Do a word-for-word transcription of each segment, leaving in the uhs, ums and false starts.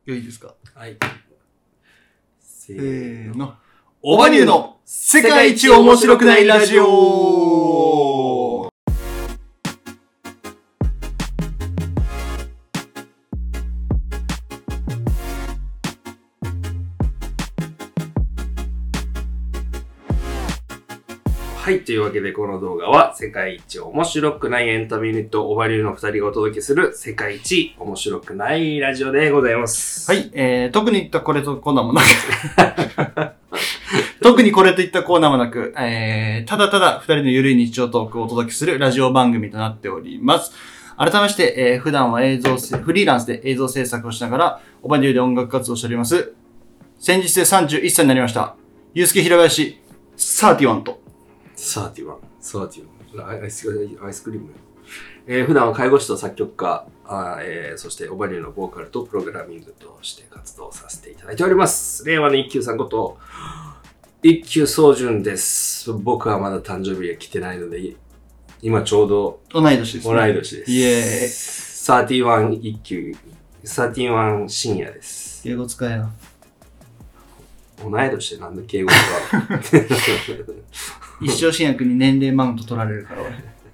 よいですか？ はい。 せーの。 オバニューの世界一面白くないラジオ。はい。というわけで、この動画は世界一面白くないエンタメユニットオバニューの二人がお届けする世界一面白くないラジオでございます。 はい。えー、特に言ったこれとコーナーもなく特にこれといったコーナーもなく、えー、ただただ二人のゆるい日常トークをお届けするラジオ番組となっております。改めまして、えー、普段は映像、フリーランスで映像制作をしながら、オバニューで音楽活動をしております。先日でさんじゅういっさいになりました。ゆうすけひろばやし、サーティワンと。 サーティワン。サーティワン。アイス、アイスクリーム。えー、普段は介護士と作曲家、あえー、そしてオバニューのボーカルとプログラミングとして活動させていただいております。令和の一休さんこと、一休宗純です。僕はまだ誕生日が来てないので、今ちょうど同い年ですね。 同い年です。 イエーイ。 サーティワン一休、サーティワン深夜です。 敬語使えよ。 同い年でなんで敬語使う一生新薬に年齢マウント取られるから俺。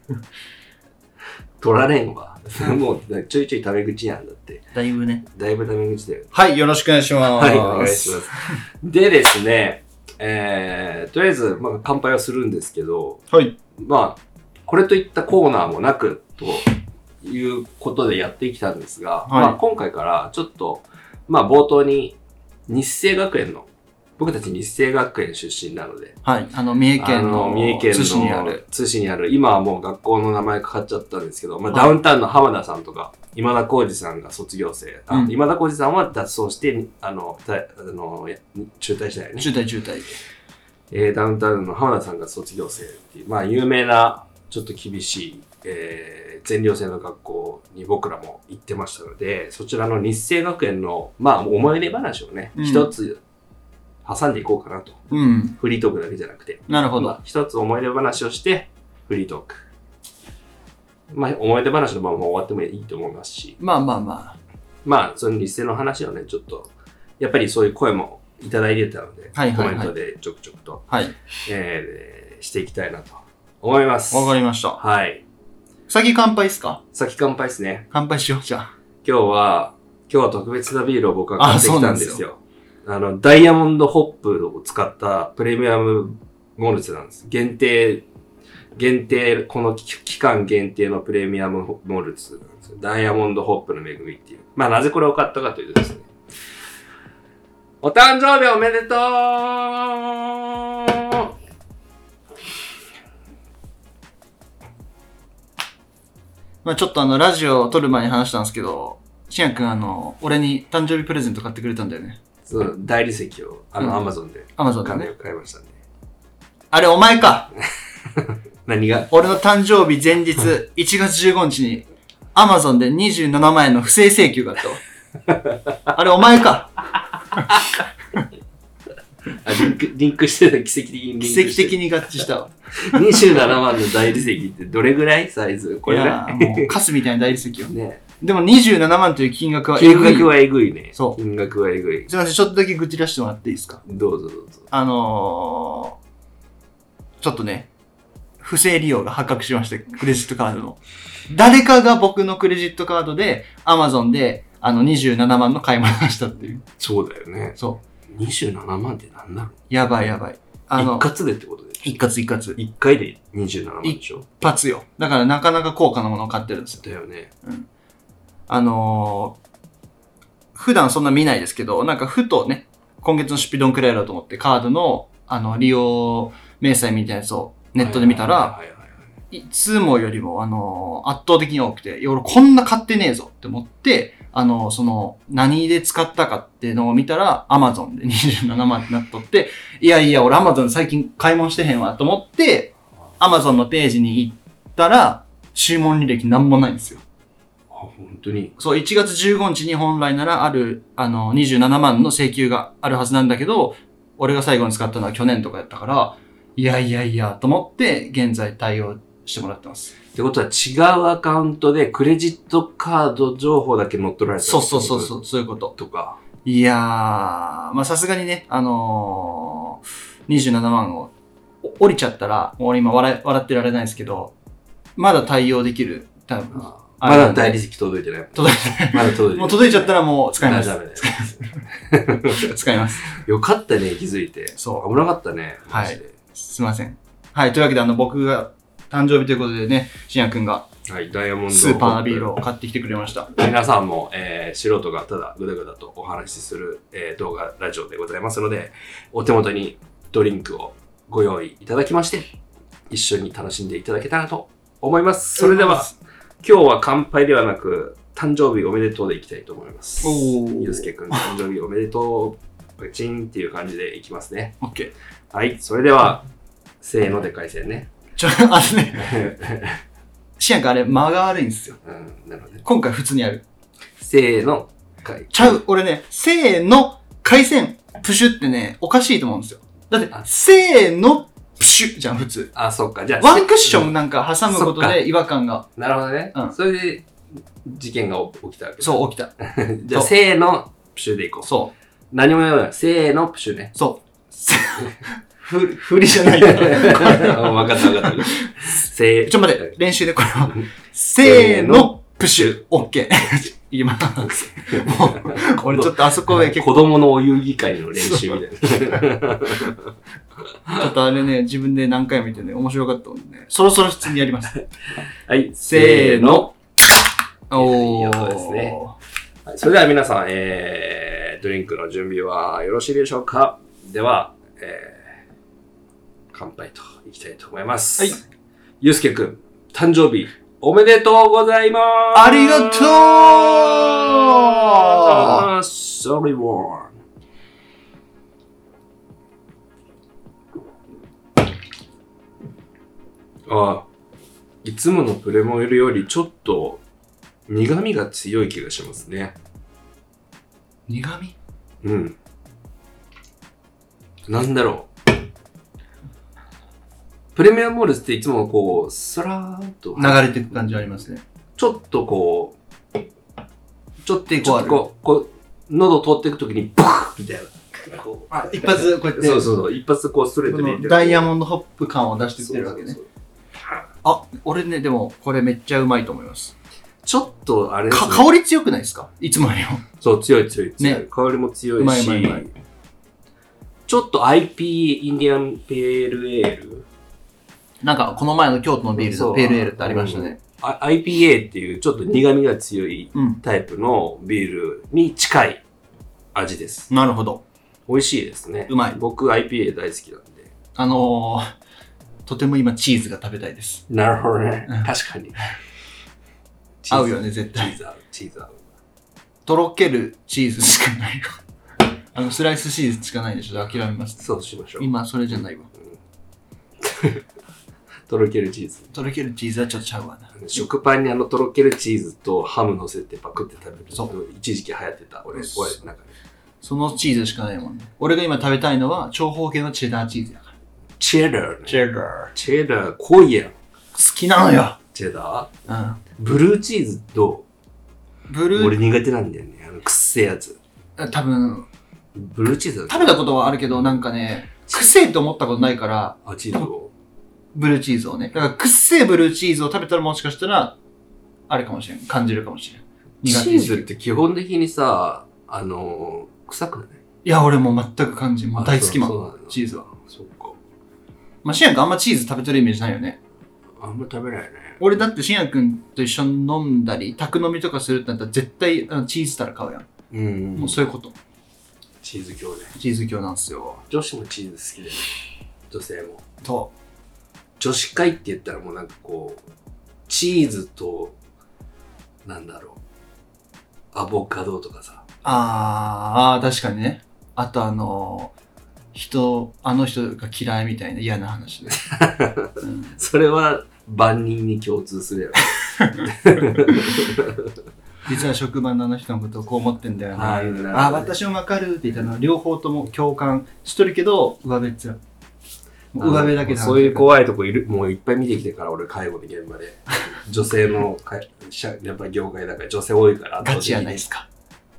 取られんわ。もうちょいちょいタメ口やんだって。 だいぶね。 だいぶタメ口だよ。 はい、よろしくお願いします。 はい、お願いします。でですね、えー、とりあえず、まあ、乾杯はするんですけど、 はい。 まあ、これといったコーナーもなく、ということでやってきたんですが、はい、まあ今回からちょっと、まあ冒頭に日生学園の、僕たち日生学園出身なので。 はい。あの、三重県の、 三重県の津市にある。 津市にある。今はもう学校の名前かかっちゃったんですけど、まあ、ダウンタウンの浜田さんとか、今田耕司さんが卒業生。あ、うん、今田耕司さんは脱走して、あの、たあの中退したよね。 中退中退。 えー、ダウンタウンの浜田さんが卒業生っていう、まあ、有名な、ちょっと厳しい、えー、全寮制の学校に僕らも行ってましたので、そちらの日生学園の、まあ、思い出話をね、一、うん、つ、挟んでいこうかなと。 うん。 フリートークだけじゃなくて。 なるほど。 まあ、一つ思い出話をして、フリートーク。まあ、思い出話のまま終わってもいいと思いますし。 まあまあまあ。 まあ、その日生の話をね、ちょっと、やっぱりそういう声もいただいてたので、 はいはいはい、 コメントでちょくちょくと、 はい。 えー、していきたいなと思います。 わかりました。 はい。 先乾杯っすか？ 先乾杯っすね。 乾杯しよう、じゃあ。 今日は、今日は特別なビールを僕は買ってきたんですよ。あの、ダイヤモンドホップを使ったプレミアムモルツなんです。限定、限定、この期間限定のプレミアムモルツなんですよ。ダイヤモンドホップの恵みっていう。まあ、なぜこれを買ったかというとですね。お誕生日おめでとう。 まあちょっとあの、ラジオを撮る前に話したんですけど、しんやくんあの、俺に誕生日プレゼント買ってくれたんだよね。 そう、大理石を、あの、アマゾンで。 アマゾンでね。 買いましたね。 あれ、お前か何が？ 俺の誕生日前日、いちがつじゅうごにちに、アマゾンでにじゅうななまんえんの不正請求があったわ。あれ、お前かあ、リンク、リンクしてた、奇跡的にリンクして奇跡的に合致したわ。 にじゅうななまんの大理石ってどれぐらいサイズ？これぐらい？ いやもうカスみたいな大理石を。 ね。 でもにじゅうななまんという金額はえぐい。 金額はえぐいね。 そう。 金額はえぐい。 すいません、ちょっとだけ愚痴らせてもらっていいですか？ どうぞどうぞ。 あのー、ちょっとね、不正利用が発覚しまして、クレジットカードの。誰かが僕のクレジットカードで、アマゾンで、あの、にじゅうななまんの買い物をしたっていう。 そうだよね。 そう。 にじゅうななまんって何なの？ やばいやばい。 あの、一括でってことで一括一括。 一回でにじゅうななまんでしょ？ 一発よ。だからなかなか高価なものを買ってるんですよ。 だよね。 うん。あのー、普段そんな見ないですけど、なんかふとね、今月の出費どんくらいだろうと思ってカードの、あの、利用明細みたいなやつをネットで見たら、いつもよりも、あのー、圧倒的に多くて、いや、俺こんな買ってねえぞって思って、あのー、その、何で使ったかっていうのを見たら、アマゾンでにじゅうななまんってなっとって、いやいや、俺アマゾン最近買い物してへんわと思って、アマゾンのページに行ったら、注文履歴なんもないんですよ。 本当に。 そう、いちがつじゅうごにちに本来ならある、あの、にじゅうななまんの請求があるはずなんだけど、俺が最後に使ったのは去年とかやったから、いやいやいや、と思って、現在対応してもらってます。 ってことは違うアカウントでクレジットカード情報だけ乗っ取られた。 そうそうそうそう、そういうこと。 とか。 いやー、まあさすがにね、あのー、にじゅうななまんを降りちゃったら、もう俺今笑笑ってられないですけど、まだ対応できる。多分まだ代理席届いてない。 届いてない。 まだ届いてない。 もう届いちゃったらもう使います。 ダメです。 使います。 よかったね、気づいて。 そう。 危なかったね。 はい。すいません。はい。というわけで、あの、僕が誕生日ということでね、しんやくんが、 はい、ダイヤモンドスーパーなビールを買ってきてくれました。 皆さんも、えー、素人がただぐだぐだとお話しする、えー、動画、ラジオでございますので、お手元にドリンクをご用意いただきまして、一緒に楽しんでいただけたらと思います。それでは、今日は乾杯ではなく、誕生日おめでとうでいきたいと思います。ゆうすけくん、誕生日おめでとう、パチンっていう感じでいきますね。 オッケー。はい、それでは、せーので回線ね。 ちょ、あのね、しやくんあれ間が悪いんですよ。 うん、なるほどね。 今回普通にやる。 せーの、回ちゃう、俺ね、せーの、回線、プシュってね、おかしいと思うんですよ。だって、せーの、プシュじゃん、普通。 あ、そっか。じゃあ、 ワンクッションなんか挟むことで違和感が。 なるほどね。 うん。 それで、事件が起きたわけそう、起きた。 じゃあ、せーの、プシュでいこう。 そう。 何も言わない。せーの、プシュね。 そう。ふ、振りじゃないから。 わかったわかった。せー。 ちょ、待って、練習でこれは。せーの、プシュ。オッケー。いきます。もう、俺ちょっとあそこへ結構。 子供のお遊戯会の練習みたいな。 ちょっとあれね、自分で何回も見てね、面白かったもんね。そろそろ普通にやります。 はい、せーの。 おー。いい音ですね。はい、それでは皆さん、えー、ドリンクの準備はよろしいでしょうか？では、えー、乾杯といきたいと思います。 はい。 ゆうすけくん、誕生日、おめでとうございます。 ありがとうあー、sorry one。ああ、いつものプレモルよりちょっと苦味が強い気がしますね。 苦味？ うん。なんだろう。プレミアムモルツっていつもこう、スラーっと流れていく感じありますね。 ちょっとこう、ちょっとこう、 こう、こう、喉通っていくときに、ブッみたいな。 こうあ、一発こうやって。 そうそうそう。一発こうストレートでいって。 ダイヤモンドホップ感を出してきてるわけね。そうそうそうあ、俺ね、でも、これめっちゃうまいと思います。 ちょっと、あれですね。香り強くないですか？いつもよりも。 そう、強い強い強い。 ね。 香りも強いし。 うまいうまいうまい。 ちょっと アイピー、インディアンペールエール。 なんか、この前の京都のビールのペールエールってありましたね。 うん、アイピーエー っていうちょっと苦味が強いタイプのビールに近い味です。 うん、なるほど。 美味しいですね。 うまい。 僕 アイピーエー 大好きなんで。 あのー、とても今チーズが食べたいです。 なるほどね。確かに。 合うよね、絶対。 チーズ合う、チーズ合う。 とろけるチーズしかないよ。あの、スライスチーズしかないでしょ。諦めます。 そうしましょう。 今、それじゃないわ。 うん、とろけるチーズ。 とろけるチーズはちょっとちゃうわな。 食パンにあのとろけるチーズとハム乗せてパクって食べる。そう。一時期流行ってた。俺、俺、なんかね。 そのチーズしかないもんね。俺が今食べたいのは、長方形のチェダーチーズだから。 チェダーね。 チェダー。 チェダー、濃いやん。好きなのよ。 チェダーうん。 ブルーチーズと、 ブルー、 俺苦手なんだよね。あの、くっせえやつ。 多分、 ブルーチーズ食べたことはあるけど、なんかね、くっせえと思ったことないから。 あ、チーズをブルーチーズをね。だから、くっせえブルーチーズを食べたらもしかしたら、あれかもしれん。感じるかもしれん。 苦手チーズって基本的にさ、あのー、臭くない？ いや、俺もう全く感じ。もう大好きマン。チーズは。 そっか。 まあ、しんやくんあんまチーズ食べてるイメージないよね。 あんま食べないね。 俺だってしんやくんと一緒に飲んだり、宅飲みとかするってなったら絶対あのチーズタラ買うやん。 うん。 もうそういうこと。 チーズ教で。 チーズ教なんすよ。 女子もチーズ好きで、ね、女性も。 と。 女子会って言ったらもうなんかこう、チーズと、なんだろう、アボカドとかさ。 あー、あー確かにね。あとあのー、人、あの人が嫌いみたいな嫌な話で。 うん、それは万人に共通するやろ。 実は職場のあの人のことをこう思ってんだよな。 ああ、私もわかるって言ったのは両方とも共感しとるけど、上辺っつら。上辺だけだ。 そういう怖いとこいる、もういっぱい見てきてから俺介護の現場で。女性のかやっぱり業界だから女性多いから。 ガチやないですか。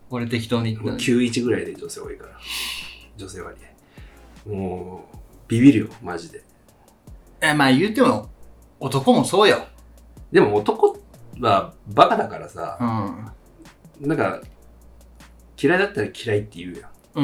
俺適当に言ったのに。 きゅうじゅういちぐらいで女性多いから。女性割合。もう、ビビるよ、マジで。 え、まあ言うても、男もそうよ。 でも男はバカだからさ、 うん。 なんか、嫌いだったら嫌いって言うやうん。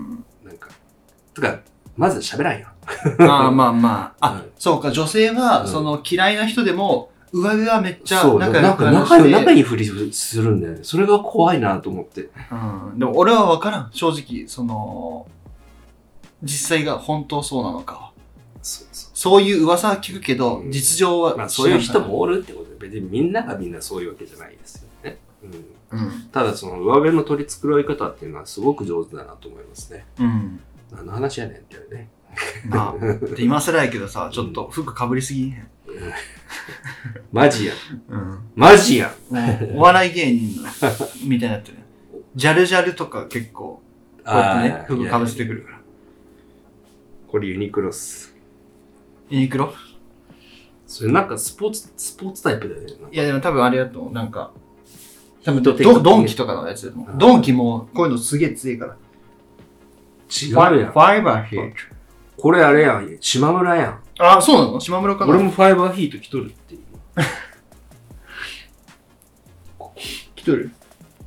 ん。なんか、とか、まず喋らんよ。 まあまあまあ。あ、 うんそうか、女性は、 うんその嫌いな人でも、上辺はめっちゃそう、 仲なんか良く話して。 仲良い、仲いいふりするんだよね。それが怖いなと思って。 うん。でも俺は分からん。正直、その、実際が本当そうなのかは。 そうそう。 そういう噂は聞くけど、 うん実情は知らんから。 まあそういう人もおるってことで、別にみんながみんなそういうわけじゃないですよね。うん。 うん。 ただその上辺の取り繕い方っていうのはすごく上手だなと思いますね。 うん。 何の話やねんってね。 まあ、で今更やけどさ、ちょっと服かぶりすぎへん。 マジやん。 うん。 マジやん。 もうお笑い芸人のみたいになってる。ジャルジャルとか結構、こうやってね、 あー服かぶせてくるから。 これユニクロっす。 ユニクロそれなんかスポーツ、スポーツタイプだよね。なんかいやでも多分あれやと思う。なんか、多分ヒートテックドドンキとかのやつだと思う。ドンキもこういうのすげえ強いから。 違うやん。 ファイバーヒーこれあれやん。島村やん。 ト。あ、そうなの島村かな俺もファイバーヒート着とるって。 来とる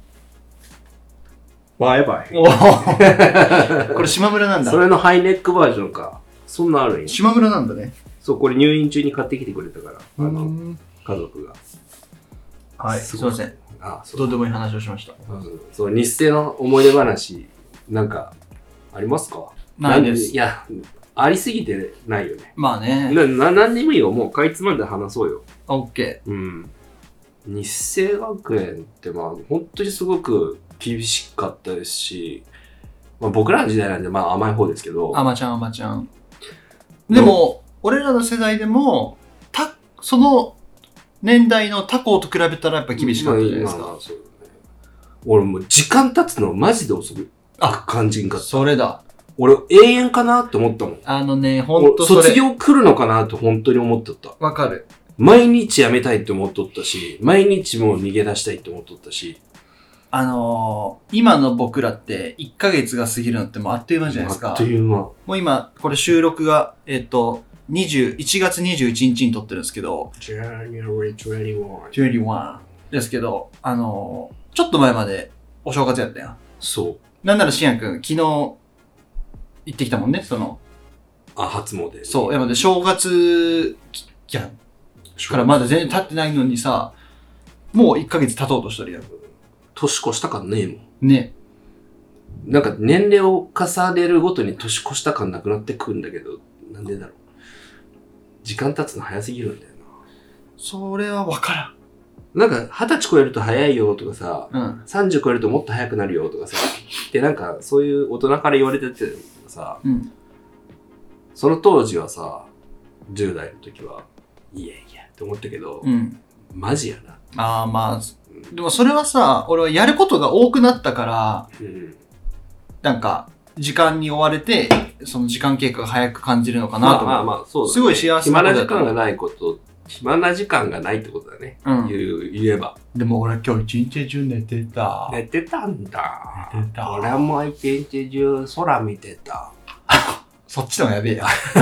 ファイバーヒーおーこれ島村なんト。 だ。 それのハイネックバージョンか。そんなあるんや。 島村なんだね。 そう、これ入院中に買ってきてくれたから。あの、 うん家族が。 はい、 すごいすいません。 あ、そうどうでもいい話をしました。 うんそう、日清の思い出話、なんか、ありますか？ ないですんいや、ありすぎてないよね。 まあね。 な、な、なんでもいいよ。もうかいつまんで話そうよ。 オッケうん。日清学園ってまあ、本当にすごく厳しかったですし、まあ僕らの時代なんでまあ甘い方ですけど。 ー。あまちゃんあまちゃん。でも、俺らの世代でも、た、その年代の他校と比べたらやっぱ厳しかったじゃないですか。 まあまあそうだね。俺もう時間経つのマジで遅くあ感じんかった。 それだ。 俺永遠かなって思ったもん。 あのね、ほんとそれ。 卒業来るのかなって本当に思っとった。 わかる。 毎日辞めたいって思っとったし、毎日もう逃げ出したいって思っとったし。 あのー、今の僕らっていっかげつが過ぎるのってもうあっという間じゃないですか。 あっという間。 もう今、これ収録が、えっと、にじゅういちがつにじゅういちにちに撮ってるんですけど、 ジャニュアリーにじゅういち。 にじゅういちですけど、あのー、ちょっと前までお正月やったやん。 そう。 なんならしんやくん、昨日行ってきたもんね、その。 あ、初詣。 そう、いや、まで正月、いや、からまだ全然経ってないのにさ、もういっかげつ経とうとしてるやん。 年越した感ねえもん。 ね。 なんか年齢を重ねるごとに年越した感なくなってくるんだけど、なんでだろう。時間経つの早すぎるんだよそれはわかな。なんか二十歳超えると早いよとかさ、 らん。うん。 さんじゅう超えるともっと早くなるよとかさ、でなんかそういう大人から言われててさ、 うん。 その当時はさ、じゅう代の時は、いやいやって思ったけど、 うん。 マジやな。 ああ、まあ、でもそれはさ、俺はやることが多くなったから、 うん。 なんか、時間に追われて、その時間経過が早く感じるのかなと思う。 まあまあまあ、そうだね。 すごい幸せな暇ことだと思うな時間がないこと、暇な時間がないってことだね。 うん言う言えば。 でも俺今日一日中寝てた。 寝てたんだ。 寝てた俺も一日中空見てた。 そっちの方がやべえや。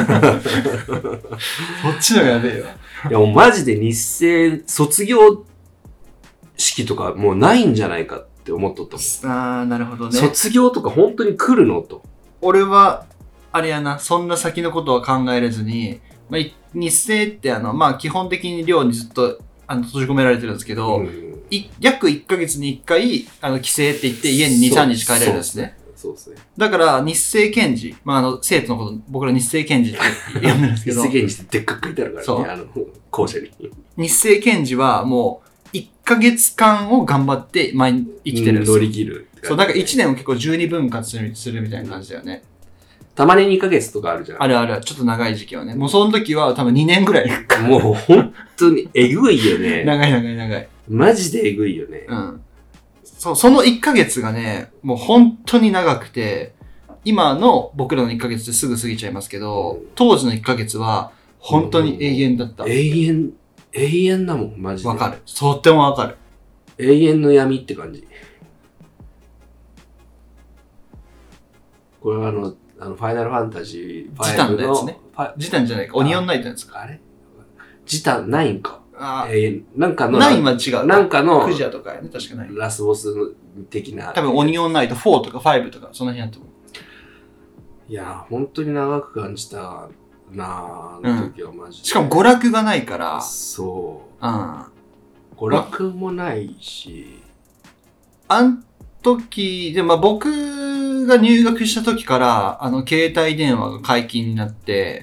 そっちの方がやべえよ。 いやもうマジで日清卒業式とかもうないんじゃないかって思っとったもん。 あー、なるほどね。 卒業とか本当に来るのと。 俺は、あれやな、そんな先のことは考えれずに、まあ、い日清ってあの、まあ基本的に寮にずっとあの閉じ込められてるんですけど、 ん、 い約いっかげつにいっかい、あの、帰省って言って家にに、さんにち帰れるんですね。 そうですね。 だから、日清検事、まああの、生徒のこと、僕ら日清検事って呼んでるんですけど、 一世間にしてでっかく書いてあるからそうね、あの、校舎に。 日清検事はもう、いっかげつかんを頑張って毎日生きてるんですよ。 乗り切る。 そう、なんかいちねんを結構じゅうにぶん割するするみたいな感じだよね。 たまににかげつとかあるじゃん。 あるある、ちょっと長い時期はね。もうその時は多分にねんぐらい。 もう本当にえぐいよね。 長い長い長い。 マジでえぐいよね。 うん。そう、そのいっかげつがね、もう本当に長くて、今の僕らのいっかげつってすぐ過ぎちゃいますけど、当時のいっかげつは本当に永遠だった。 永遠、永遠だもん、マジで。 わかる。とってもわかる。 永遠の闇って感じ。 これはあの、あの、ファイナルファンタジーファイブの。 ジタンのやつね。ジタンじゃないか。オニオンナイトのやつか。 あれジタンナインか。 あえー、なんかの。 ナインは違う。 なんかの。 クジャとかやね、確かナイン。 ラスボス的な。 多分オニオンナイトフォーとかファイブとか、その辺やと思う。 いやー、本当に長く感じたなぁ、あの時はマジで、 うん。しかも娯楽がないから。 そう。 うん。 娯楽もないし。 あん時、で、まあ、僕が入学した時から、あの、携帯電話が解禁になって、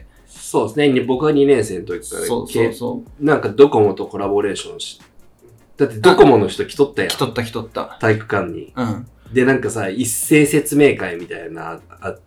そうですね。僕がにねん生の時から、 そうそうそう。 なんかドコモとコラボレーションし、だってドコモの人来とったやん。 来とった来とった。 体育館に。 うん。 で、なんかさ、一斉説明会みたいな、あって、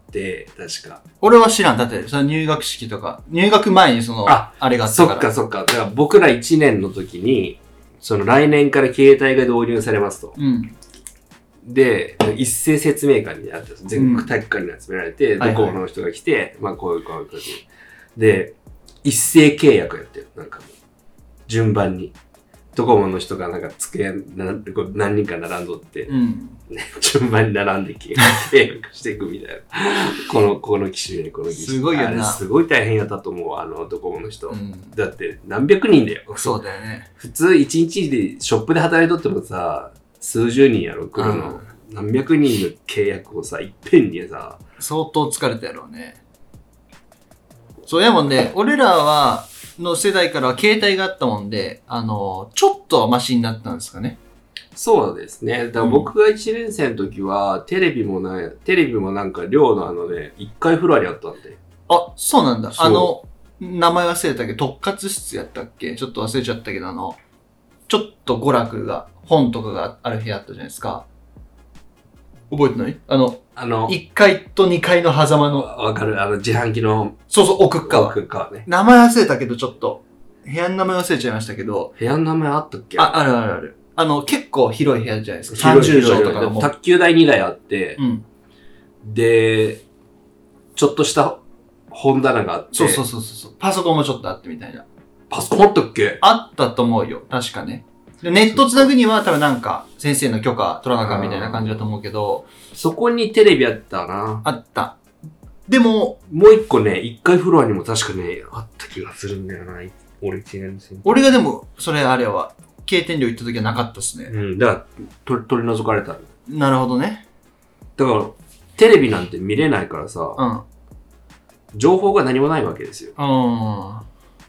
確か。 俺は知らん。だって、その入学式とか、入学前にその、あ、あれがあったから。 そっかそっか。だから僕らいちねんの時に、その来年から携帯が導入されますと。 うん。 で、一斉説明会みたいなのあったんです。全国体育館に集められて、うん、ドコモの人が来て、はいはい、まあこういうこういう感じで、一斉契約やってる。なんか、順番に。ドコモの人がなんか机、何人か並んどって、うん、順番に並んで契約していくみたいな。この、この機種ね、この機種。 すごいよな。 すごい大変やったと思う、あの、ドコモの人。うん、だって何百人だよ。 そうだよね。 普通一日でショップで働いとってもさ、数十人やろ、来るの。うん、何百人の契約をさ、いっぺんにさ。 相当疲れたやろうね。そうやもんね、俺らは、の世代からは携帯があったもんで、あの、ちょっとマシになったんですかね。 そうですね。だから僕がいちねん生の時は、うん、テレビもない、テレビもなんか寮のあのね、いっかいフロアにあったんで。 あ、そうなんだ。あの、名前忘れたけど、特活室やったっけちょっと忘れちゃったけど、あの、ちょっと娯楽が、本とかがある部屋あったじゃないですか。覚えてないあの、あの、いっかいとにかいの狭間の。 わかるあの、自販機の。 そうそう、奥側。 奥側ね。 名前忘れたけど、ちょっと。部屋の名前忘れちゃいましたけど。 部屋の名前あったっけあ、あるあるある。あの、結構広い部屋じゃないですか。さんじゅうじょうとかも。 卓球台にだいあって、 うん。 で、ちょっとした本棚があって。 そうそうそうそう。パソコンもちょっとあってみたいな。 パソコンあったっけあったと思うよ。確かね。でネットつなぐには多分なんか、先生の許可取らなあかんみたいな感じだと思うけど。 そこにテレビあったな。 あった。でも、 もう一個ね、一階フロアにも確かね、あった気がするんだよな。俺一年生。 俺がでも、それあれは、経典寮行った時はなかったっすね。 うん、だから、取り、取り除かれた。 なるほどね。 だから、テレビなんて見れないからさ、うん。情報が何もないわけですよ。 うん。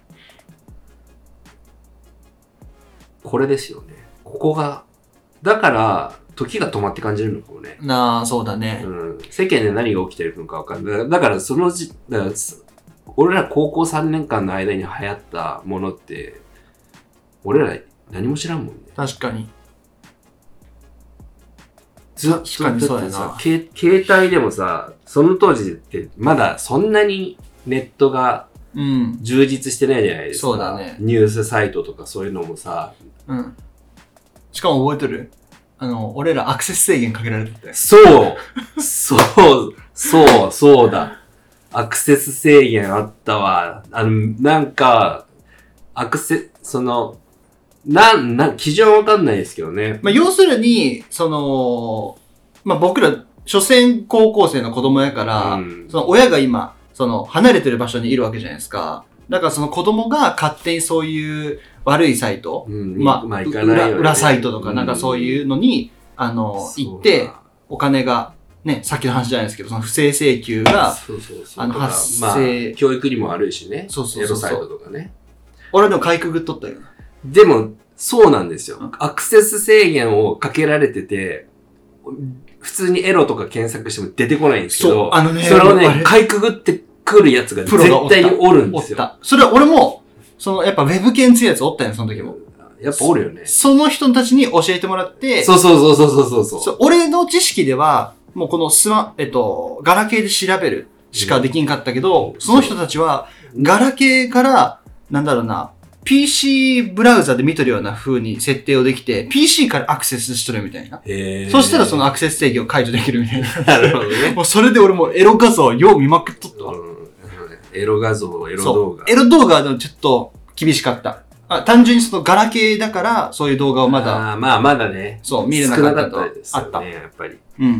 これですよね。ここが、だから、時が止まって感じるのかもね。 なあ、そうだね。 うん。世間で何が起きてるのかわかんない。だからそのじ、だから俺ら高校さんねんかんの間に流行ったものって、俺ら何も知らんもんね。 確かに。 ずっと確かにそうやな。 携帯でもさ、その当時ってまだそんなにネットが充実してないじゃないですか。 うん、そうだね。 ニュースサイトとかそういうのもさ。 うん。しかも覚えてる？あの、俺らアクセス制限かけられてて。 そうそうそうそうだ。アクセス制限あったわ。あの、なんか、アクセ、その、なん、なん、基準はわかんないですけどね。 まあ、要するに、その、まあ、僕ら、所詮高校生の子供やから、うん、その親が今、その、離れてる場所にいるわけじゃないですか。だからその子供が勝手にそういう悪いサイト、うん、まあ、まあいかないよね、裏、裏サイトとかなんかそういうのに、うん、あの、行って、お金が、ね、さっきの話じゃないですけど、その不正請求が、 そうそうそうあの、発生、 まあ、教育にも悪いしね。 そうそうそう。 エロサイトとかね。 俺でもかいくぐっとったよ。 でも、そうなんですよ。アクセス制限をかけられてて、普通にエロとか検索しても出てこないんですけど、そうあのね、それをね、かいくぐってくるやつが絶対におるんですよ。おった。 それは俺も、その、やっぱウェブ系強いやつおったよ、その時も。 やっぱおるよね。 その人たちに教えてもらって、 そうそうそうそうそうそうそう。俺の知識では、もうこのスマ、えっと、ガラケーで調べるしかできんかったけど、うん、その人たちは、ガラケーから、なんだろうな、ピーシー ブラウザで見とるような風に設定をできて、ピーシー からアクセスしとるみたいな。へー。そしたらそのアクセス制御を解除できるみたいな。 なるほどね。 もうそれで俺もエロ画像をよう見まくっとったわ。うん、 エロ画像、エロ動画。 エロ動画はでもちょっと厳しかった。あ単純にそのガラケーだから、そういう動画をまだ。 あまあまだね。 そう、見れなかったと。 少なかったですよね、あった。やっぱり。 うん。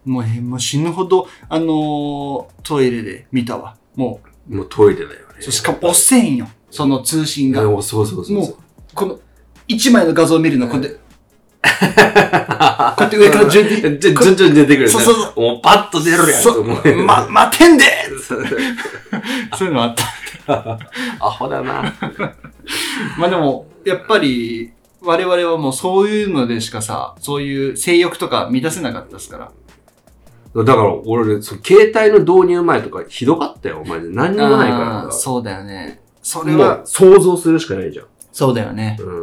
もう、もう死ぬほど、あのー、トイレで見たわ。もう。もうトイレだよね。 しかも遅いんよ。その通信が。 そうそうそうそう。 もう、この、一枚の画像を見るの、こうやって、こうやって上から順に。 徐々に出てくる。 そうそうそう。 もうパッと出るやん。 そう。ま、待てんでそういうのあった。 アホだな。 まあでも、やっぱり、我々はもうそういうのでしかさ、そういう性欲とか満たせなかったですから。 だから俺、その携帯の導入前とかひどかったよ、お前。何にもないからさ。 そうだよね。それは。 想像するしかないじゃん。 そうだよね。 うん。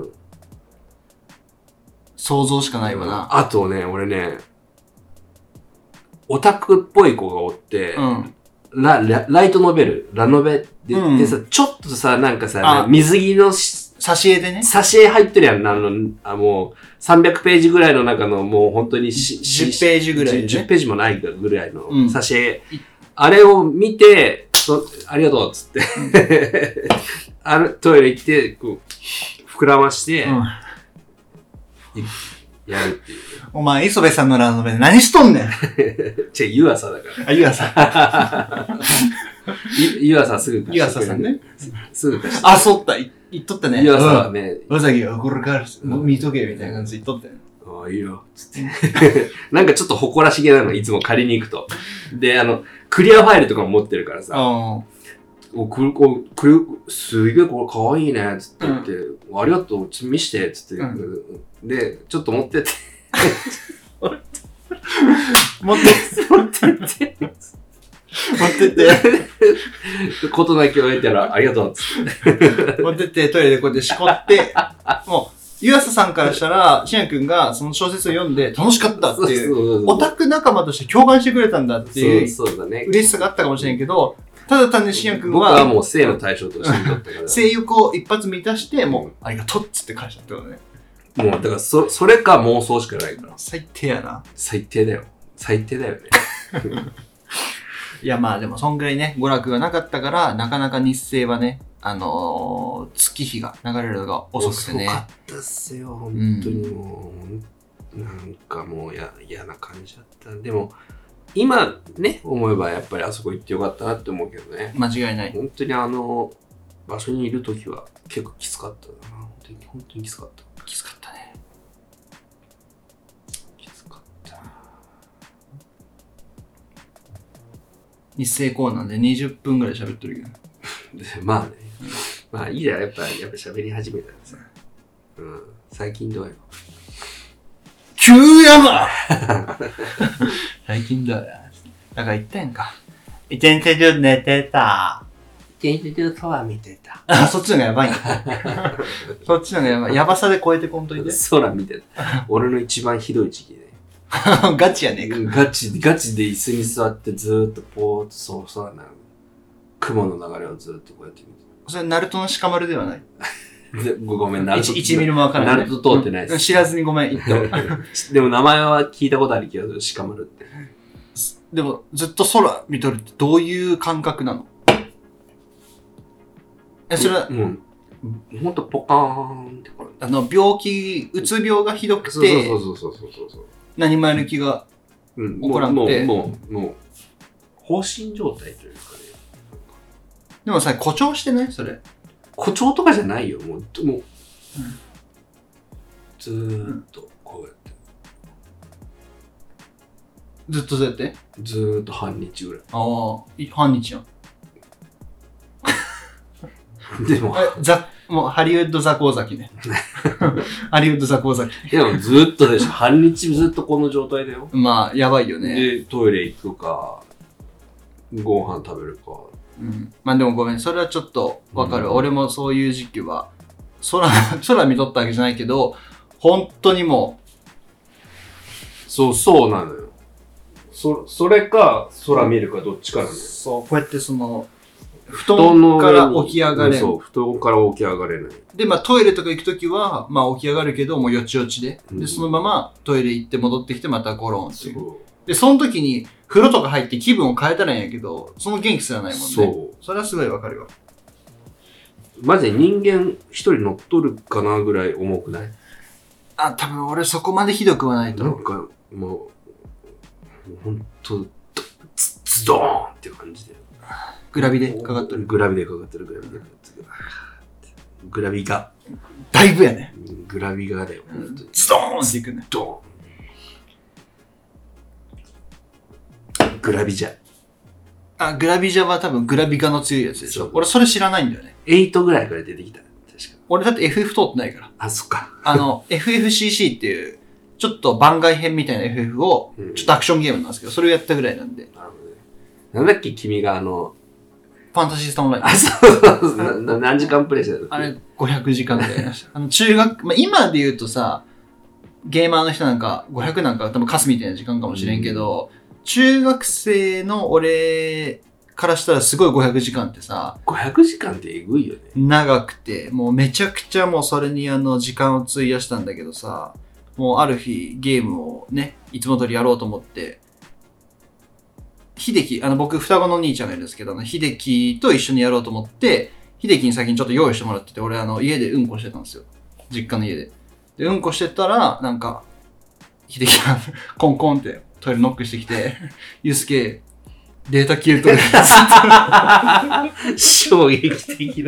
想像しかないわな。 あとね、俺ね、オタクっぽい子がおって、うん、ラ, ラ, ライトノベル、ラノベで、うん、でさ、ちょっとさ、なんかさ、水着の挿絵でね。 挿絵入ってるやん。あの、あもう、さんびゃくページぐらいの中の、もう本当にしじゅっページぐらい、ね。 じゅっページもないぐらいの挿絵。うん、あれを見て、ありがとうっつって、あのトイレ行って、こう、膨らまして、うん、やるっていう。 お前、磯部さんのラノベで何しとんねん。 違う、湯浅だから。 あ、湯浅。 湯浅すぐ貸して。湯浅さんね。 すぐ貸して。 あ、そうった。言っとったね。 湯浅はね。 わざぎはこれから見とけみたいな感じで言っとったよ。 ああ、いいよ。つって。なんかちょっと誇らしげなの、いつも借りに行くと。で、あの、クリアファイルとかも持ってるからさ。おくる、こう、くる、すげえこれかわいいね、つって言って、うん、ありがとう、見して、つって、うん、で、ちょっと持ってって。 持って、持ってって。持ってって。 ことなきを得たら、ありがとう、つって。 持ってって、トイレでこうやってしこって、もう、湯浅さんからしたら、しんやくんがその小説を読んで楽しかったっていう、オタク仲間として共感してくれたんだっていう、 そうそうだね、 嬉しさがあったかもしれんけど、ただ単にしんやくんは、僕はもう性の対象として見とったから。 性欲を一発満たして、もう、ありがとうっつって返したってことね。 もう、だから、そ、それか妄想しかないから。 最低やな。 最低だよ。最低だよね。 いや、まあでも、そんぐらいね、娯楽がなかったから、なかなか日生はね、あのー、月日が流れるのが遅くてね。 遅かったっすよ、本当にもう。うん、なんかもう、や、嫌な感じだった。でも、今ね、思えばやっぱりあそこ行ってよかったなって思うけどね。 間違いない。 本当にあの、場所にいるときは結構きつかったな。本当に、本当にきつかった。 きつかったね。 きつかった。 日生コーナーでにじゅっぷんぐらい喋ってるけど。 まあね。まあいいや、やっぱ、やっぱ喋り始めたらさ。うん。最近どうよ。 急やば最近だよ。だから言ったやんか。一日中寝てた。 一日中空見てた。 あ、そっちのがやばいんそっちのがやばい。やばさで超えてこんといて。 空見てた。俺の一番ひどい時期で。 ガチやねんか。ガチ、ガチで椅子に座ってずーっとぽーっとそう空なる。雲の流れをずーっとこうやって見てた。それ、ナルトの鹿丸ではないごめん、ナルト。 いちミリもわからない。 ナルト通ってないです。 知らずにごめん、言った。 でも名前は聞いたことある気がする、鹿丸って。 でも、ずっと空見とるってどういう感覚なの？え、それは、 うん。ほんとポカーンってこれ。 あの、病気、うつ病がひどくて、 そうそうそうそうそうそう。 何もやる気が起こらんくて、 うん、もう、もう、もう、放心状態というかね。 でもさ、誇張してないそれ。 誇張とかじゃないよ、もう、もう、うん、ずーっとこうやって。 ずっとそうやってずーっと半日ぐらい。 ああ、半日やん。 でも、 ザ、もうハリウッドザコウザキね。ハリウッドザコウザキ。 でもずーっとでしょ。半日ずっとこの状態だよ。 まあ、やばいよね。 で、トイレ行くか、ご飯食べるか。 うん。まあでもごめん、それはちょっとわかる、うん。俺もそういう時期は、空、空見とったわけじゃないけど、本当にもう。そう、そうなのよ。そ、それか、空見るかどっちかなのよ。 そう、こうやってその、布団から起き上がれん。 そう、布団から起き上がれない。 で、まあトイレとか行くときは、まあ起き上がるけど、もうよちよちで、うん。で、そのままトイレ行って戻ってきてまたゴロンっていう。で、その時に風呂とか入って気分を変えたらいいんやけど、その元気すらないもんね。そう。それはすごいわかるよ。 マジで人間一人乗っ取るかなぐらい重くない？ あ、多分俺そこまでひどくはないと思う。 なんか、もう、 ほんと、ズズドーンっていう感じで。 グラビでかかってる。 グラビでかかってる、グラビでかかってる。グラビが。 だいぶやね。 グラビがだよ。 ズドーンっていくね。 ドーン。グラビじゃ。 あ、グラビジャは多分グラビガの強いやつでしょ。俺それ知らないんだよね。 はちぐらいから出てきた。確か。 俺だって エフエフ 通ってないから。 あ、そっか。 あの、エフエフシーシー っていう、ちょっと番外編みたいな エフエフ を、ちょっとアクションゲームなんですけど、それをやったぐらいなんで。 なるほどね。なんだっけ、君があの、 ファンタジースターオンライン。 あ、そうなな何時間プレイしてたの？ あれ、ごひゃくじかんぐらいやりました。あの、中学、まあ、今で言うとさ、ゲーマーの人なんか、ごひゃくなんか多分カスみたいな時間かもしれんけど、うん、中学生の俺からしたらすごいごひゃくじかんってさ、 ごひゃくじかんってえぐいよね。 長くて、もうめちゃくちゃもうそれにあの、時間を費やしたんだけどさ、もうある日ゲームをね、いつも通りやろうと思って、秀樹、あの僕双子の兄ちゃんがいるんですけど、秀樹と一緒にやろうと思って、秀樹に先にちょっと用意してもらってて、俺あの家でうんこしてたんですよ。実家の家で。で、うんこしてたら、なんか、秀樹がコンコンってトイレノックしてきて、ゆうすけ、データ消えとるやつ。衝撃的だ。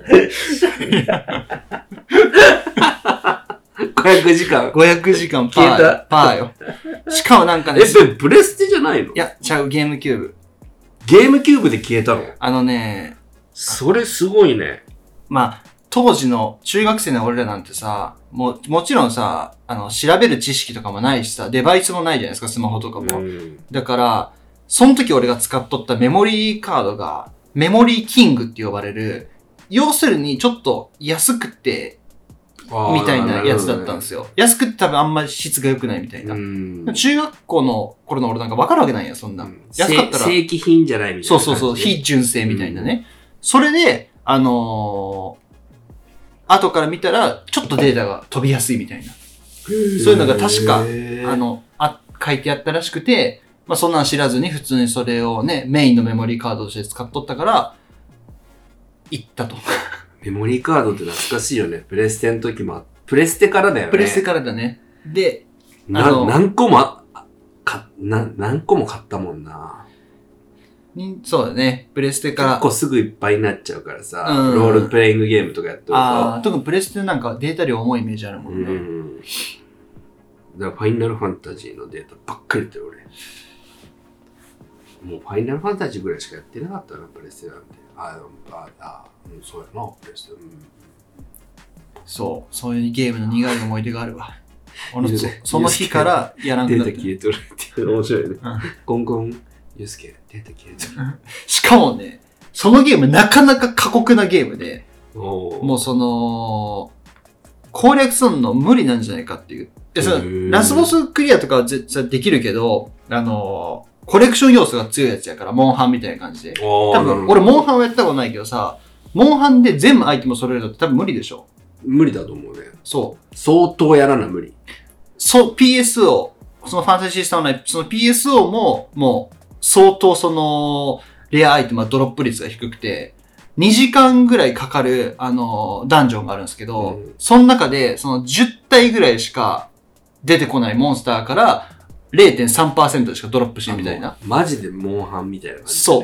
ごひゃくじかん。 ごひゃくじかんパー。 消えた。 パーよ。しかもなんかね。 え、それプレステじゃないの？ いや、ちゃう、ゲームキューブ。 ゲームキューブで消えたの？ あのね。 それすごいね。 まあ、当時の中学生の俺らなんてさ、もう、もちろんさ、あの、調べる知識とかもないしさ、デバイスもないじゃないですか、スマホとかも。うん、だから、その時俺が使っとったメモリーカードが、メモリーキングって呼ばれる、要するにちょっと安くて、みたいなやつだったんですよ。安くて多分あんまり質が良くないみたいな。中学校の頃の俺なんか分かるわけないや、そんな。うん、安かったら。 正規品じゃないみたいな。 そうそうそう、非純正みたいなね。うん、それで、あのー、後から見たら、ちょっとデータが飛びやすいみたいな。そういうのが確か、あの、あ、書いてあったらしくて、まあそんなん知らずに普通にそれをね、メインのメモリーカードとして使っとったから、行ったと。 メモリーカードって懐かしいよね。プレステの時も、プレステからだよね。 プレステからだね。で、 な、何個も、か、な、何個も買ったもんな。 そうだね。プレステから。 結構すぐいっぱいになっちゃうからさ、うん、ロールプレイングゲームとかやってると。 ああ、特にプレステなんかデータ量重いイメージあるもんね。うん。 だからファイナルファンタジーのデータばっかりだよ、俺。もうファイナルファンタジーぐらいしかやってなかったな、プレステなんて。ああ、あうん、そうやな、プレステ。うん、 そう、そういうゲームの苦い思い出があるわ。俺そ, その日からやらんくなった。 データ消えとるっていうの面白いね。うん、コンコン、ユースケ、データ消えとる。 しかもね、そのゲームなかなか過酷なゲームで、もうその、攻略するの無理なんじゃないかっていう。でそのラスボスクリアとかは絶対できるけど、あのー、コレクション要素が強いやつやから、モンハンみたいな感じで。多分、俺モンハンはやったことないけどさ、モンハンで全部アイテム揃えるのって多分無理でしょ？ 無理だと思うね。 そう。 相当やらな無理。 そう、ピーエスオー、そのファンタジースターオンライン、その ピーエスオー も、もう、相当その、レアアイテムはドロップ率が低くて、にじかんぐらいかかる、あの、ダンジョンがあるんですけど、うん、その中で、そのじゅったいぐらいしか出てこないモンスターから、れいてんさんパーセント しかドロップしんみたいな。 マジでモンハンみたいな感じ、ね。 そう。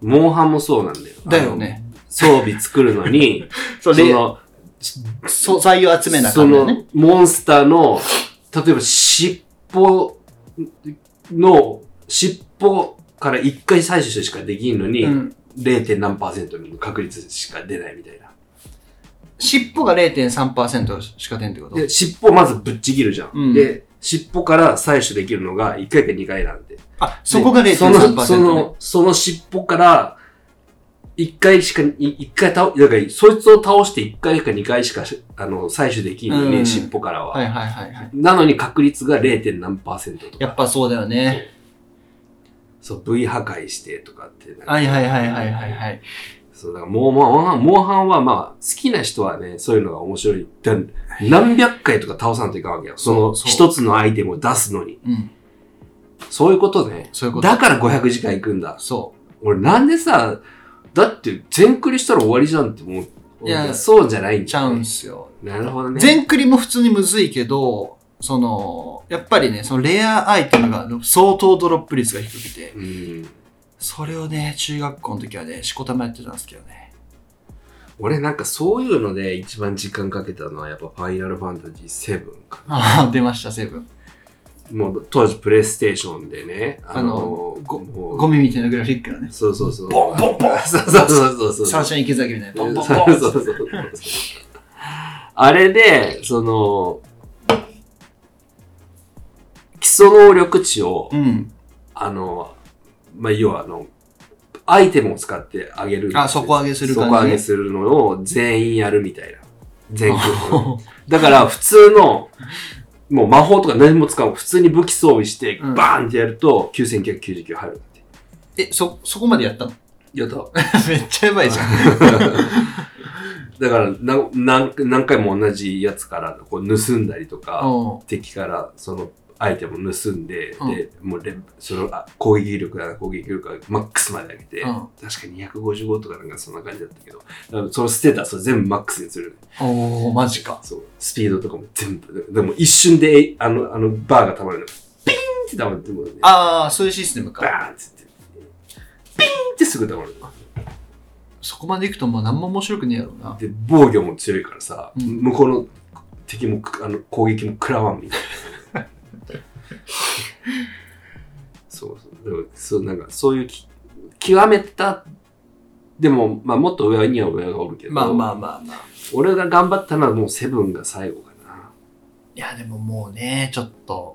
モンハンもそうなんだよ。 だよね。 装備作るのに、 その、素材を集めな感じだね。 その、モンスターの、例えば尻尾の、尻尾からいっかい採取してしかできんのに、うん、れい. 点何パーセントの確率しか出ないみたいな。 尻尾が れいてんさんパーセント しか出んってこと？ で、尻尾まずぶっちぎるじゃん。うん、で、尻尾から採取できるのがいっかいかにかいなんで。 あ、そこが れいてんさんパーセント、 ね、その、その尻尾からいっかいしか、いっかい倒、だからそいつを倒していっかいかにかいしか、あの、採取できんのに、うん、尻尾からは。 はいはいはいはい。 なのに確率が れい. 点何パーセントとか。 やっぱそうだよね。 そう、V 破壊してとかって。 はいはいはいはいはいはい。 そう、だからモンハン、モンハンはまあ、好きな人はね、そういうのが面白い。何百回とか倒さんといかんわけよ。その一つのアイテムを出すのに。うん、そういうことね。 そういうこと。 だからごひゃくじかん行くんだ。 そう。 俺なんでさ、だって全クリしたら終わりじゃんって思う。いや、そうじゃないんちゃうんすよ。 なるほどね。 全クリも普通にむずいけど、 その、やっぱりね、そのレアアイテムが相当ドロップ率が低くて、 うん、 それをね、中学校の時はね、しこたまやってたんですけどね。 俺なんかそういうので一番時間かけたのはやっぱファイナルファンタジーセブンかな。 ああ、出ました、セブン。 もう当時プレイステーションでね、 あの、あのごゴミみたいなグラフィックなね。 そうそうそう。 ボンボンボンそうそうそうそう。 サーシャイン池崎みたいな。ボンボンボンそうそうそうそう。あれで、その、基礎能力値を、 うん、 あの、まあ、要はあの、アイテムを使ってあげる。 あ、底上げする感じ。 底上げするのを全員やるみたいな。全国。だから普通の、もう魔法とか何も使う。普通に武器装備して、バーンってやると、きゅうせんきゅうひゃくきゅうじゅうきゅう入るって。 え、そ、そこまでやったの？ やった。 めっちゃやばいじゃん。 だからな何、何回も同じやつからこう盗んだりとか、敵からそのアイテムを盗んで、うん、で、もうレその攻撃力だな、攻撃力がマックスまで上げて、うん、確かににひゃくごじゅうごとかなんかそんな感じだったけど、そのステータスを全部マックスにする。 おー、マジか。 そう。スピードとかも全部。でも一瞬で、あの、あの、バーが溜まるの。ピーンって溜まっても、ね、 あー、そういうシステムか。 バーンってって。ピーンってすぐ溜まるの。 そこまで行くともう何も面白くねえやろうな。 で、防御も強いからさ、 うん、 向こうの敵も、あの、攻撃も食らわんみたいな。そうそう。でもそう、なんか、そういうき、極めた、でも、まあ、もっと上には上がおるけど。 まあまあまあまあ。 俺が頑張ったのはもうセブンが最後かな。 いや、でももうね、ちょっと。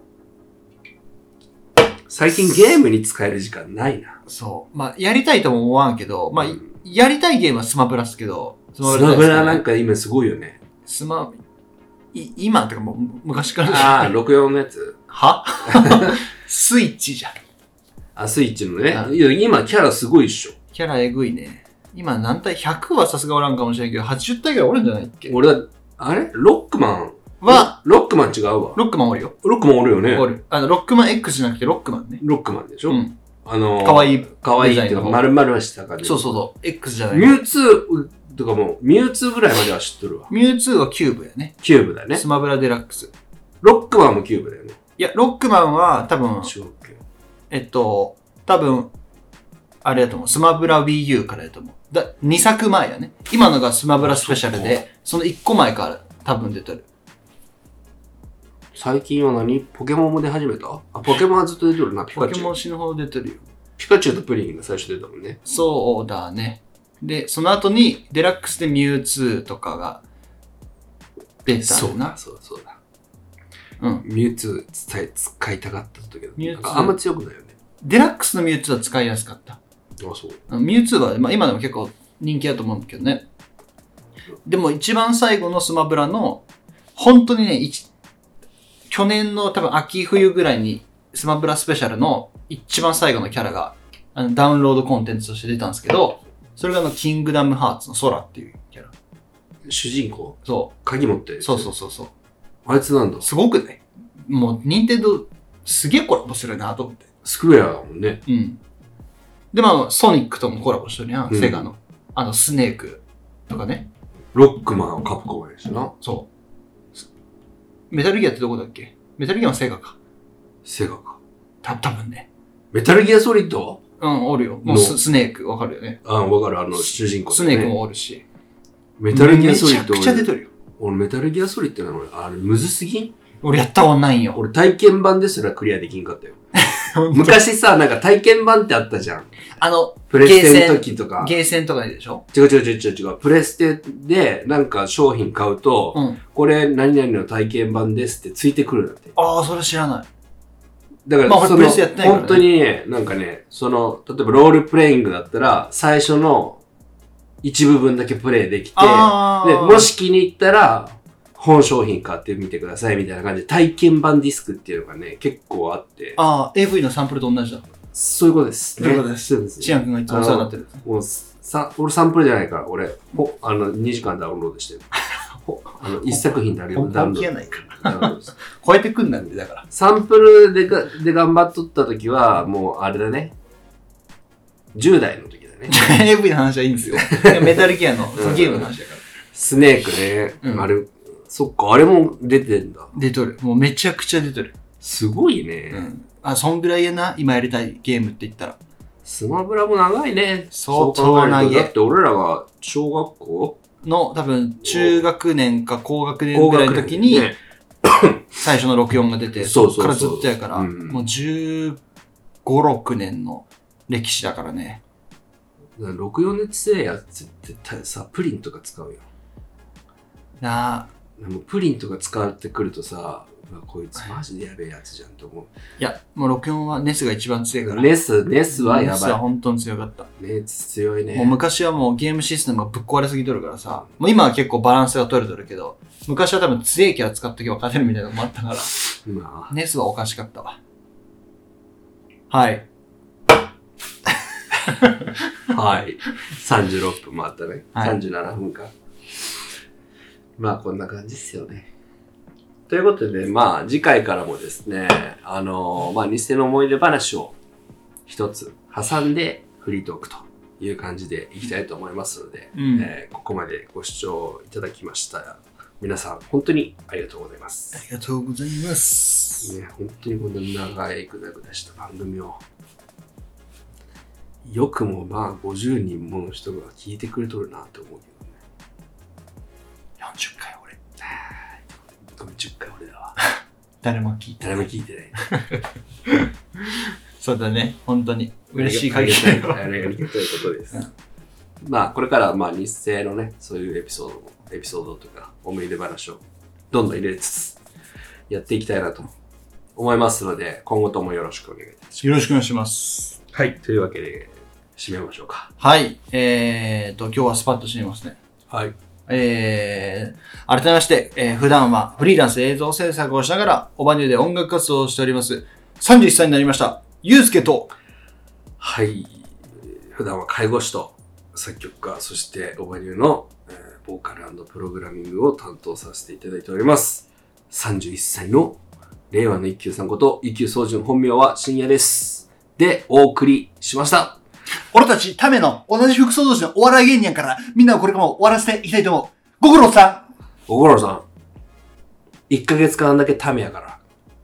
最近ゲームに使える時間ないな。 そう。まあ、やりたいとも思わんけど、まあ、うん、やりたいゲームはスマブラっすけど。 スマブラ、スマブラなんか今すごいよね。 スマ、い今とかもう昔からああ、ろくじゅうよんのやつ。 はスイッチじゃん。 あ、スイッチのね。いや、今キャラすごいっしょ。 キャラえぐいね。今何体 ?ひゃく はさすがおらんかもしれんけど、はちじゅう体ぐらいおるんじゃないっけ？ 俺は、あれロックマンは、 ロックマン違うわ。 ロックマンおるよ。 ロックマンおるよね。 おる。あの、ロックマン X じゃなくてロックマンね。 ロックマンでしょ？ うん。 あのー、 かわいい。 かわいいっていうか、丸々はした感じ。 そうそうそう。X じゃない。 ミュウツーとかも、ミュウツーぐらいまでは知っとるわ。 ミュウツーはキューブやね。 キューブだね。 スマブラデラックス。 ロックマンもキューブだよね。 いや、ロックマンは多分、 違うっけ？ えっと、多分、あれやと思う。スマブラ Wii U からやと思う。だ、にさくまえやね。今のがスマブラスペシャルで、そのいっこまえから多分出てる。 最近は何？ポケモンも出始めた？あ、ポケモンはずっと出てるな、ピカチュウ。 ポケモン死ぬほど出てるよ。 ピカチュウとプリンが最初出たもんね。 そうだね。で、その後にデラックスでミュウツーとかが出たそうな。 だ、そうだ、そうだ。 うん。 ミュウツー使い、使いたかったけど、 ミュウツーあんま強くないよね。 デラックスのミュウツーは使いやすかった。 あ、そう。 ミュウツーは、まあ、今でも結構人気だと思うんだけどね。でも一番最後のスマブラの、本当にね、去年の多分秋冬ぐらいにスマブラスペシャルの一番最後のキャラがあのダウンロードコンテンツとして出たんですけど、それがあのキングダムハーツのソラっていうキャラ。 主人公？ そう。 鍵持ってる。 そうそうそうそう。 あいつなんだ。 すごくね。もう任天堂すげえコラボするなと思って。 スクエアだもんね。 うん。で、まあ、ソニックともコラボしてるやん、うん、セガの。あの、スネークとかね。 ロックマンはカプコンやしな。 そう。メタルギアってどこだっけ？メタルギアはセガか。 セガか。 た、多分ね。 メタルギアソリッド？ うん、おるよ。もうス、スネーク、わかるよね。 あ、わかる。あの、主人公、ね。 スネークもおるし。 メタルギアソリッド。 めちゃくちゃ出てるよ。 俺、メタルギアソリッドなの、あれ、むずすぎん？ 俺やったことないんよ。 俺、体験版ですらクリアできんかったよ。昔さ、なんか体験版ってあったじゃん。 あの、 プレステの時とか。 ゲーセンとかでしょ？ 違う違う違う違う違う。プレステでなんか商品買うと、うん、これ何々の体験版ですってついてくるなんて。 ああ、それ知らない。 だから、まあ、その、ね、本当にね、なんかね、その、例えばロールプレイングだったら、最初の一部分だけプレイできて、で、もし気に入ったら、本商品買ってみてくださいみたいな感じで体験版ディスクっていうのがね、結構あって。 ああ、エーブイ のサンプルと同じだ。 そういうことです。 そういうことです。そうです。チアン君がいつもお世話になってる。 もう、さ、俺サンプルじゃないから、俺、ほ、あの、にじかんダウンロードしてる。あの、一作品であるようなダウンロード。 本気やないか。超えてくんなんで、だから。 サンプルでが、で頑張っとった時は、もう、あれだね。じゅう代の時だね。 エーブイ の話はいいんですよ。メタルギアの、ゲームの話だから。 スネークね、 うん、 あれ、 そっか、あれも出てんだ。 出とる。もうめちゃくちゃ出とる。 すごいね。 うん。あ、そんぐらいやな、今やりたいゲームって言ったら。 スマブラも長いね。 相当長い。 だって俺らが小学校の多分中学年か高学年ぐらいの時に、ね、最初のろくじゅうよんが出て、そっからずっとやから、うん、もうじゅうご、ろくねんの歴史だからね。 ろくじゅうよんで強いやつってさ、プリンとか使うよ。 なあ。 でもプリンとか使ってくるとさ、こいつマジでやべえやつじゃんと思う。 いや、もうろくじゅうよんはネスが一番強いから。 ネス、ネスはやばい。 ネスは本当に強かった。 ネス強いね。 もう昔はもうゲームシステムがぶっ壊れすぎとるからさ、もう今は結構バランスが取れとるけど、昔は多分強いキャラ使っとけば勝てるみたいなのもあったから、まあ、ネスはおかしかったわ。はい。 はい。さんじゅうろっぷん回ったね。はい、さんじゅうななふんか。まあこんな感じっすよね。ということで、まあ次回からもですね、あのー、まあ偽の思い出話を一つ挟んでフリートークという感じでいきたいと思いますので、うん、えー、ここまでご視聴いただきました皆さん本当にありがとうございます。 ありがとうございます。 ね、本当にこの長いぐだぐだした番組をよくもまあごじゅうにんもの人が聞いてくれとるなって思うけどね。 よんじゅっかい俺。 ごめん、じゅっかい俺だわ。 誰も聞いてない。誰も聞いてない。 そうだね、本当に。嬉しい限りだよ。ありがたいことです。うん、まあ、これからはまあ日生のね、そういうエピソードも、エピソードとか思い出話をどんどん入れつつやっていきたいなと思いますので、今後ともよろしくお願いいたします。 よろしくお願いします。 はい。というわけで、締めましょうか。 はい。えーと、今日はスパッと締めますね。 はい。 えー、改めまして、えー、普段はフリーランス映像制作をしながら、オバニューで音楽活動をしております。さんじゅういっさいになりました。ゆうすけと、 はい。普段は介護士と作曲家、そしてオバニューの、えー、ボーカル&プログラミングを担当させていただいております。さんじゅういっさいの令和の一休さんこと、一休宗純、本名は深夜です。で、お送りしました。 俺たちための同じ服装同士のお笑い芸人やから、みんなをこれからも終わらせていきたいと思う。ご苦労さん。 ご苦労さん。いっかげつかんだけためやから。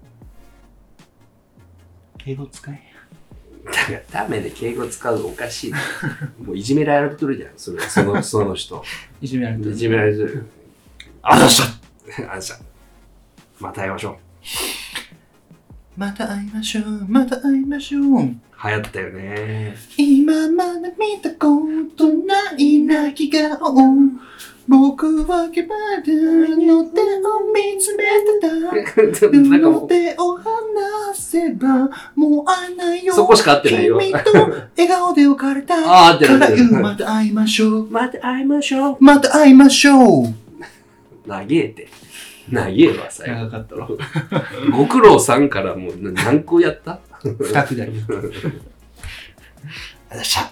敬語使え。 だからためで敬語使うのおかしい、ね。もういじめられてるじゃん。それそのその人。 いじめられてる。 いじめられてる。 あざしたあざした。また会いましょう。 また会いましょう。また会いましょう。 流行ったよね。 今まで見たことない泣き顔。僕は決まるの手を見つめてた。なんかもう手を離せばもう会えないよ。 そこしか合ってないよ。 君と笑顔で別れた。 ああ、合ってる合ってる。 また会いましょう。 また会いましょう。 また会いましょう。 長えて。長えわ、最後。 長かったろ。 ご苦労さんからもう何個やった？ 二くだり。あざっしゃ。